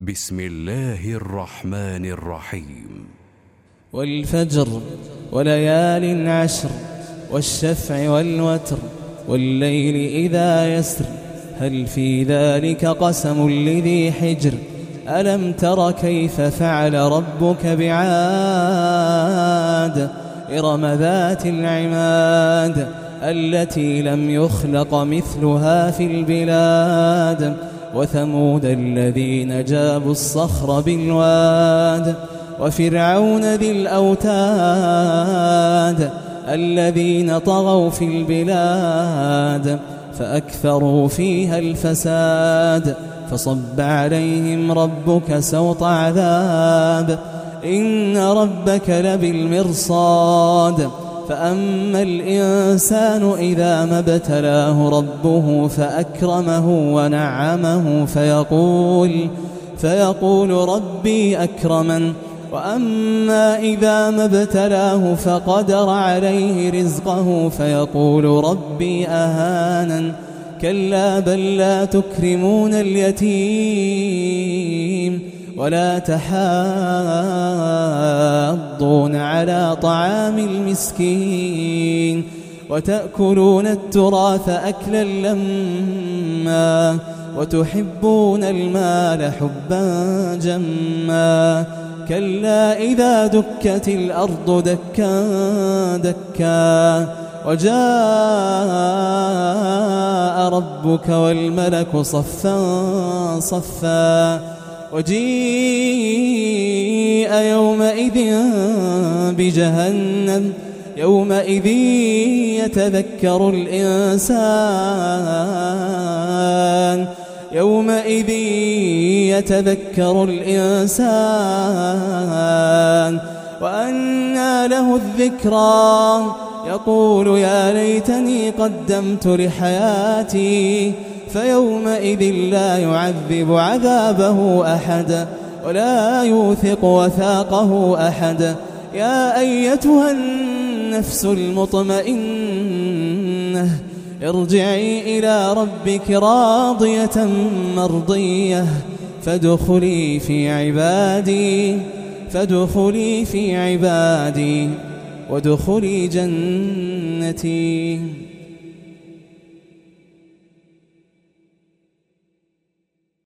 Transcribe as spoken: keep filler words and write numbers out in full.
بسم الله الرحمن الرحيم. والفجر وليال عشر والشفع والوتر والليل إذا يسر هل في ذلك قسم لذي حجر ألم تر كيف فعل ربك بعاد إرم ذات العماد التي لم يخلق مثلها في البلاد وثمود الذين جابوا الصخر بالواد وفرعون ذي الأوتاد الذين طغوا في البلاد فأكثروا فيها الفساد فصب عليهم ربك سوط عذاب إن ربك لبالمرصاد فأما الإنسان إذا ما ابتلاه ربه فأكرمه ونعمه فيقول فيقول ربي أكرمن وأما إذا ما ابتلاه فقدر عليه رزقه فيقول ربي أهانن كلا بل لا تكرمون اليتيم ولا تحاضون على طعام المسكين وتأكلون التراث أكلا لما وتحبون المال حبا جما كلا إذا دكت الأرض دكا دكا وجاء ربك والملك صفا صفا وجيء يومئذ بجهنم يومئذ يتذكر الإنسان يومئذ يتذكر الإنسان وأنى له الذكرى يقول يا ليتني قدمت لحياتي فيومئذ لا يعذب عذابه أحد ولا يوثق وثاقه أحد يا أيتها النفس المطمئنة ارجعي إلى ربك راضية مرضية فادخلي في عبادي فادخلي في عبادي وادخلي جنتي.